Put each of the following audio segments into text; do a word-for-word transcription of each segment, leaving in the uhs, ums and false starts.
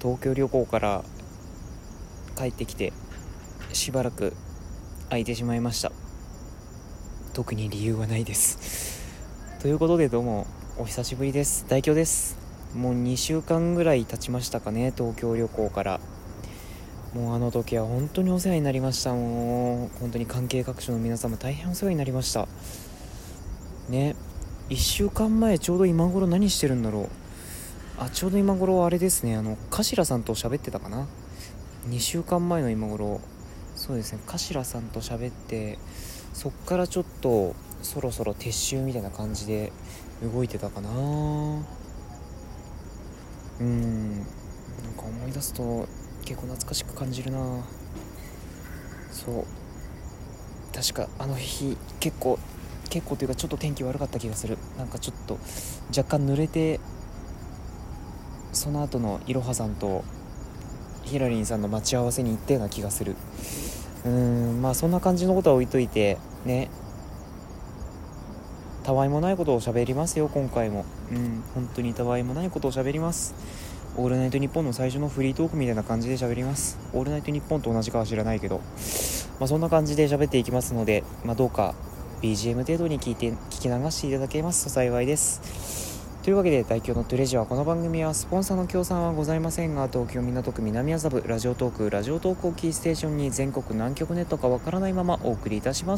東京旅行から帰ってきてしばらく空いてしまいました。特に理由はないですということで、どうもお久しぶりです。大京です。もうにしゅうかんぐらい経ちましたかね、東京旅行から。もうあの時は本当にお世話になりました。もう本当に関係各所の皆様大変お世話になりましたね。いっしゅうかんまえ、ちょうど今頃何してるんだろう。あ、ちょうど今頃あれですね、あの頭さんと喋ってたかな。にしゅうかんまえの今頃、そうですね、頭さんと喋って、そっからちょっとそろそろ撤収みたいな感じで動いてたかな。うーんなんか思い出すと結構懐かしく感じるな。そう、確かあの日結構結構というかちょっと天気悪かった気がする。なんかちょっと若干濡れて、その後のいろはさんとヒラリンさんの待ち合わせに行ったような気がする。うーんまあそんな感じのことは置いといてね、たわいもないことを喋りますよ今回も。うん本当にたわいもないことを喋ります。オールナイトニッポンの最初のフリートークみたいな感じで喋ります。オールナイトニッポンと同じかは知らないけど、まあそんな感じで喋っていきますので、まあどうか ビージーエム 程度に聞いて聞き流していただけますと幸いです。というわけで、大京のトレジャー、この番組はスポンサーの協賛はございませんが、東京港区南麻布ラジオトークラジオトークをキーステーションに全国何局ネットかわからないままお送りいたします。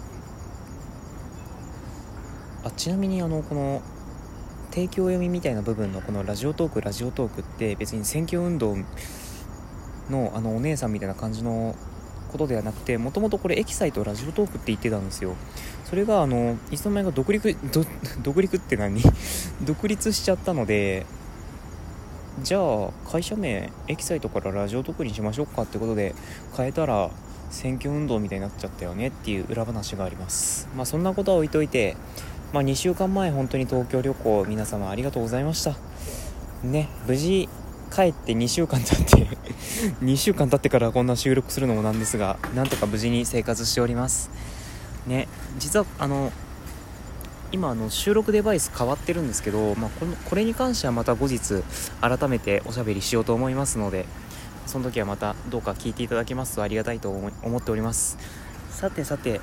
あちなみにあのこの提供読みみたいな部分のこのラジオトークラジオトークって別に選挙運動のあのお姉さんみたいな感じのことではなくて、もともとこれエキサイトラジオトークって言ってたんですよ。それがあのいつの間にか独立ど独立って何独立しちゃったので、じゃあ会社名エキサイトからラジオトークにしましょうかってことで変えたら選挙運動みたいになっちゃったよねっていう裏話があります。まあそんなことは置いといて、まあにしゅうかんまえ本当に東京旅行皆様ありがとうございましたね。無事帰ってにしゅうかん経ってにしゅうかん経ってからこんな収録するのもなんですが、なんとか無事に生活しておりますね。実はあの今あの収録デバイス変わってるんですけど、まあ、このこれに関してはまた後日改めておしゃべりしようと思いますので、その時はまたどうか聞いていただけますとありがたいと思思っております。さてさて、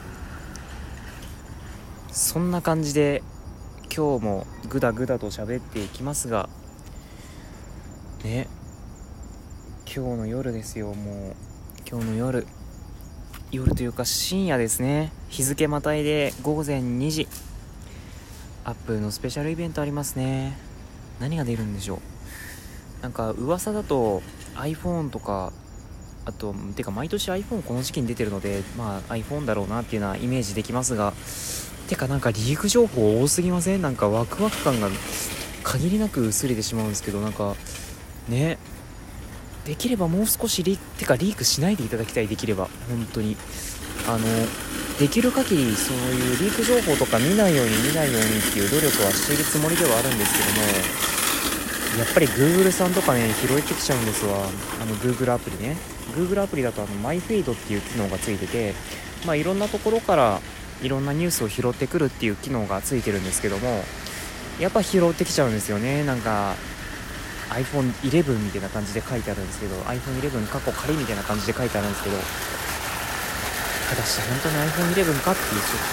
そんな感じで今日もグダグダと喋っていきますがね、今日の夜ですよ。もう今日の夜夜というか深夜ですね。日付またいでごぜんにじ、アップルのスペシャルイベントありますね。何が出るんでしょう。なんか噂だと iPhone とか、あとてか毎年 iPhone この時期に出てるので、まあ iPhone だろうなっていうのはイメージできますが、てかなんかリーク情報多すぎません？なんかワクワク感が限りなく薄れてしまうんですけど、なんかね、できればもう少しリークてかリークしないでいただきたい。できれば本当にあのできる限りそういうリーク情報とか見ないように見ないようにっていう努力はしているつもりではあるんですけども、やっぱり Google さんとかね拾えてきちゃうんですわ。あの Google アプリね Google アプリだとあのマイフィードっていう機能がついてて、まあいろんなところからいろんなニュースを拾ってくるっていう機能がついてるんですけども、やっぱ拾ってきちゃうんですよね。なんか アイフォンイレブン みたいな感じで書いてあるんですけど、 アイフォンイレブン 過去仮みたいな感じで書いてあるんですけど、果たして本当に アイフォンイレブン かっていうちょっとね、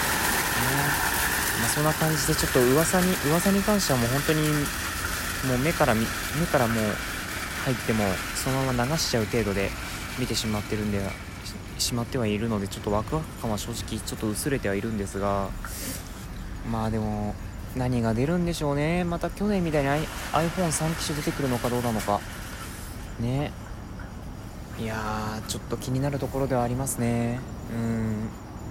まあ、そんな感じでちょっと噂に噂に関してはもう本当にもう目から目からもう入ってもそのまま流しちゃう程度で見てしまってるんでしまってはいるので、ちょっとワクワク感は正直ちょっと薄れてはいるんですが、まあでも何が出るんでしょうね。また去年みたいに アイフォンスリー 機種出てくるのかどうなのかね。いやーちょっと気になるところではありますね。うーん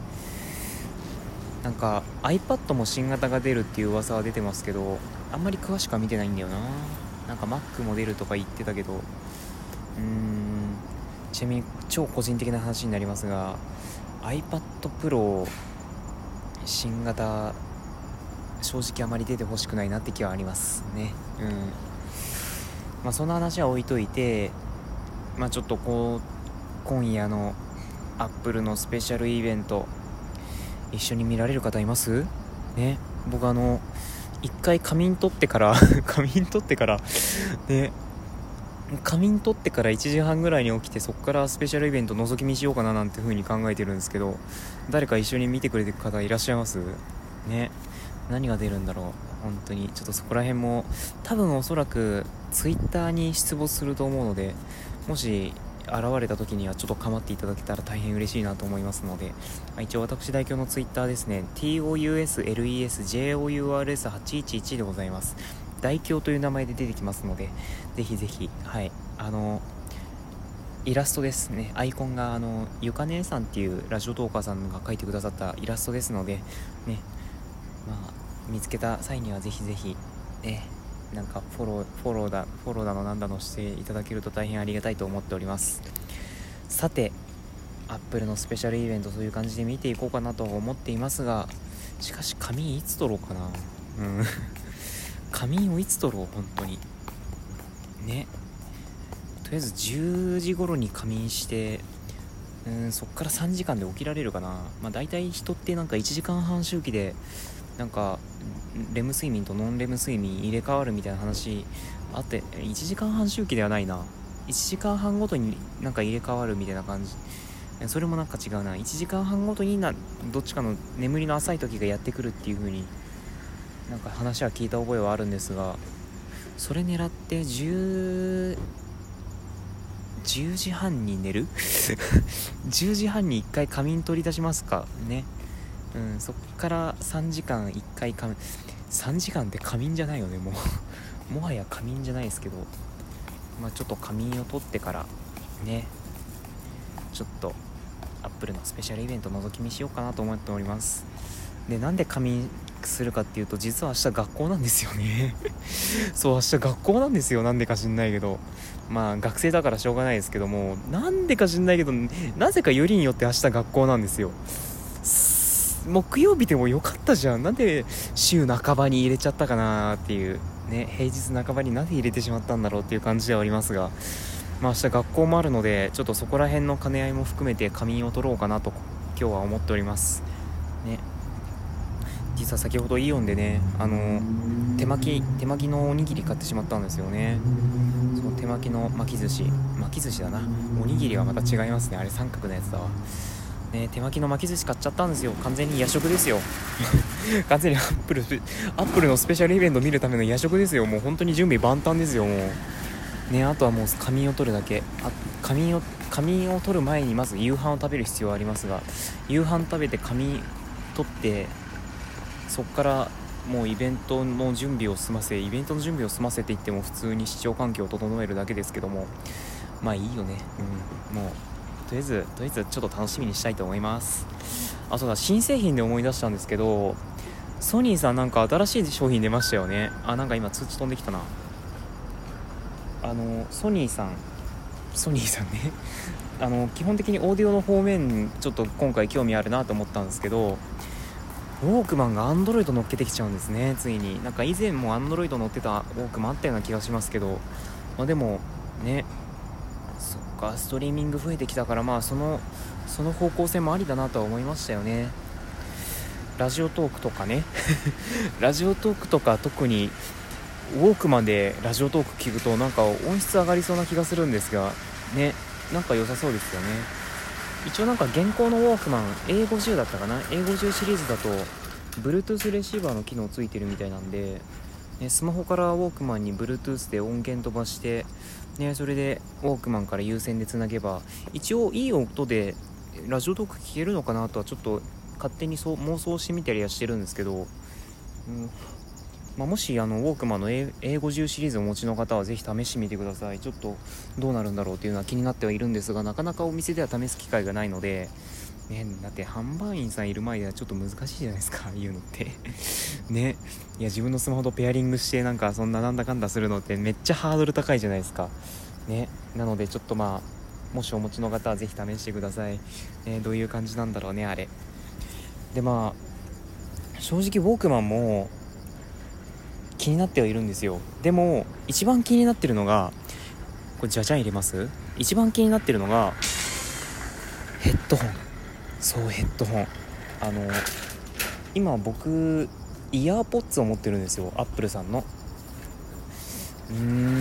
なんか iPad も新型が出るっていう噂は出てますけど、あんまり詳しくは見てないんだよな。なんか Mac も出るとか言ってたけど、うーんちなみに超個人的な話になりますが、 iPad Pro 新型正直あまり出てほしくないなって気はありますね。うんまあそんな話は置いといて、まあちょっとこう今夜のアップルのスペシャルイベント一緒に見られる方いますね。僕あの一回仮眠取ってから仮眠取ってからね仮眠取ってからいちじはんぐらいに起きて、そこからスペシャルイベント覗き見しようかななんて風に考えてるんですけど、誰か一緒に見てくれてる方いらっしゃいますね。何が出るんだろう。本当にちょっとそこら辺も多分おそらくツイッターに出没すると思うので、もし現れた時にはちょっと構っていただけたら大変嬉しいなと思いますので、一応私代表のツイッターですね、 トゥースレスジョールスはちいちいち でございます。代表という名前で出てきますので、ぜひぜひ、はい、あのイラストですね。アイコンがあのゆか姉さんっていうラジオトーカーさんが描いてくださったイラストですのでね、まあ見つけた際にはぜひぜひね、なんかフォローフォローだフォローだのなんだのしていただけると大変ありがたいと思っております。さて、アップルのスペシャルイベント、そういう感じで見ていこうかなと思っていますが、しかし仮眠いつ取ろうかな。うん仮眠をいつ取ろう、本当にね。とりあえずじゅうじ頃に仮眠して、うん、そっからさんじかんで起きられるかな。まあ大体人ってなんかいちじかんはん周期でなんかレム睡眠とノンレム睡眠入れ替わるみたいな話あって、いちじかんはん周期ではないな、いちじかんはんごとになんか入れ替わるみたいな感じ。それもなんか違うな、いちじかんはんごとになどっちかの眠りの浅い時がやってくるっていう風になんか話は聞いた覚えはあるんですが、それ狙ってじゅう じゅうじはんに寝るじゅうじはんにいっかい仮眠取り出しますかね。うん、そっからさんじかんいっかい仮眠、さんじかんって仮眠じゃないよね、もうもはや仮眠じゃないですけど、まあちょっと仮眠を取ってからね、ちょっとアップルのスペシャルイベント覗き見しようかなと思っております。で、なんで仮眠するかっていうと、実は明日学校なんですよねそう明日学校なんですよ。なんでか知んないけど、まあ学生だからしょうがないですけども、なんでか知んないけどなぜかよりによって明日学校なんですよ。木曜日でもよかったじゃん、なんで週半ばに入れちゃったかなっていうね、平日半ばになぜ入れてしまったんだろうっていう感じではありますが、まあ明日学校もあるので、ちょっとそこら辺の兼ね合いも含めて仮眠を取ろうかなと今日は思っておりますね。実は先ほどイオンでね、あの手巻き手巻きのおにぎり買ってしまったんですよね。その手巻きの巻き寿司巻き寿司だな、おにぎりはまた違いますね、あれ三角のやつだわね。手巻きの巻き寿司買っちゃったんですよ。完全に夜食ですよ完全にアップルアップルのスペシャルイベント見るための夜食ですよ。もう本当に準備万端ですよ、もうね。あとはもう仮眠を取るだけ。あ仮眠を仮眠を取る前にまず夕飯を食べる必要はありますが、夕飯食べて仮眠取って、そっからもうイベントの準備を済ませイベントの準備を済ませていっても普通に視聴環境を整えるだけですけども、まあいいよね。うん、もうとりあえずとりあえずちょっと楽しみにしたいと思います。あ、そうだ、新製品で思い出したんですけど、ソニーさんなんか新しい商品出ましたよね。あ、なんか今通知飛んできたな。あのソニーさんソニーさんねあの基本的にオーディオの方面ちょっと今回興味あるなと思ったんですけど、ウォークマンが Android 乗っけてきちゃうんですね、ついに。なんか以前も Android 乗ってたウォークマンあったような気がしますけど、まあでもね、そっか、ストリーミング増えてきたから、まあそのその方向性もありだなとは思いましたよね。ラジオトークとかねラジオトークとか特にウォークマンでラジオトーク聞くとなんか音質上がりそうな気がするんですがね、なんか良さそうですよね。一応なんか現行のウォークマン エーごじゅう だったかな、 エーごじゅう シリーズだと Bluetooth レシーバーの機能ついてるみたいなんで、ね、スマホからウォークマンに Bluetooth で音源飛ばして、ね、それでウォークマンから有線でつなげば一応いい音でラジオトーク聞けるのかなとはちょっと勝手にそう妄想してみたりはしてるんですけど、うん、まあ、もしあのウォークマンの エーごじゅう シリーズをお持ちの方はぜひ試してみてください。ちょっとどうなるんだろうっていうのは気になってはいるんですが、なかなかお店では試す機会がないので、ね、だって販売員さんいる前ではちょっと難しいじゃないですか、言うのってね。いや自分のスマホとペアリングしてなんかそんななんだかんだするのってめっちゃハードル高いじゃないですかね。なのでちょっとまあもしお持ちの方はぜひ試してください、ね、どういう感じなんだろうねあれで。まあ正直ウォークマンも気になってはいるんですよ。でも一番気になってるのがこれ、じゃじゃん入れます。一番気になってるのがヘッドホン。そうヘッドホン、あの今僕イヤーポッツを持ってるんですよ、アップルさんの。うーん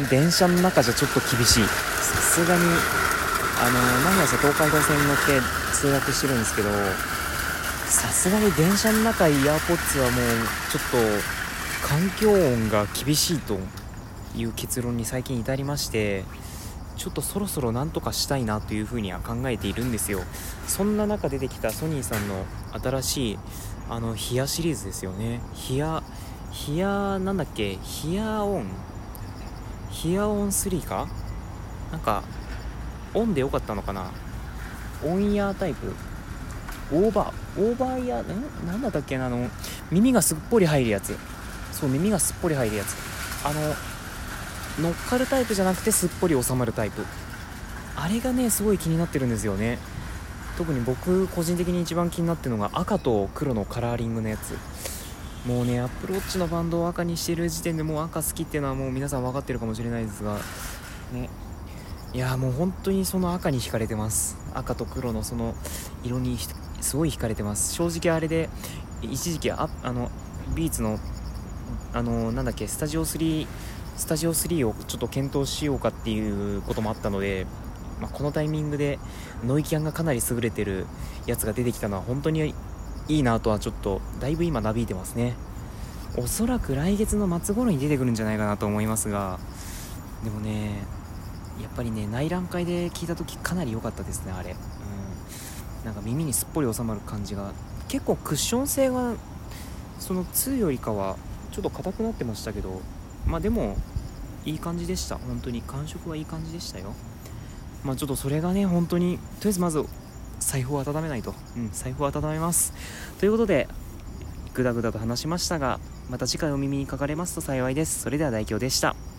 電車の中じゃちょっと厳しい。さすがにあの名古屋瀬東海道線に乗って通学してるんですけど、さすがに電車の中イヤーポッツはもうちょっと環境音が厳しいという結論に最近至りまして、ちょっとそろそろなんとかしたいなというふうには考えているんですよ。そんな中出てきたソニーさんの新しいあのヒヤシリーズですよね。ヒヤヒヤなんだっけ、ヒヤオンヒヤオンスリーかなんかオンでよかったのかな。オンイヤータイプ、オーバーオーバーイヤーんなんだったっけな、あの耳がすっぽり入るやつ。そう、耳がすっぽり入るやつ、あの乗っかるタイプじゃなくてすっぽり収まるタイプ、あれがねすごい気になってるんですよね。特に僕個人的に一番気になってるのが赤と黒のカラーリングのやつ。もうねアップルウォッチのバンドを赤にしてる時点でもう赤好きっていうのはもう皆さん分かってるかもしれないですがね、いやもう本当にその赤に惹かれてます。赤と黒のその色にすごい惹かれてます。正直あれで一時期ああのビーツのあのなんだっけスタジオスリースタジオスリーをちょっと検討しようかっていうこともあったので、まあ、このタイミングでノイキャンがかなり優れてるやつが出てきたのは本当にいいなとはちょっとだいぶ今なびいてますね。おそらく来月の末頃に出てくるんじゃないかなと思いますが、でもねやっぱりね内覧会で聞いた時かなり良かったですねあれ、うん、なんか耳にすっぽり収まる感じが、結構クッション性がそのツーよりかはちょっと硬くなってましたけど、まあでもいい感じでした。本当に感触はいい感じでしたよ。まあちょっとそれがね本当にとりあえずまず財布を温めないと、うん、財布を温めますということでグダグダと話しましたが、また次回お耳にかかれますと幸いです。それでは大京でした。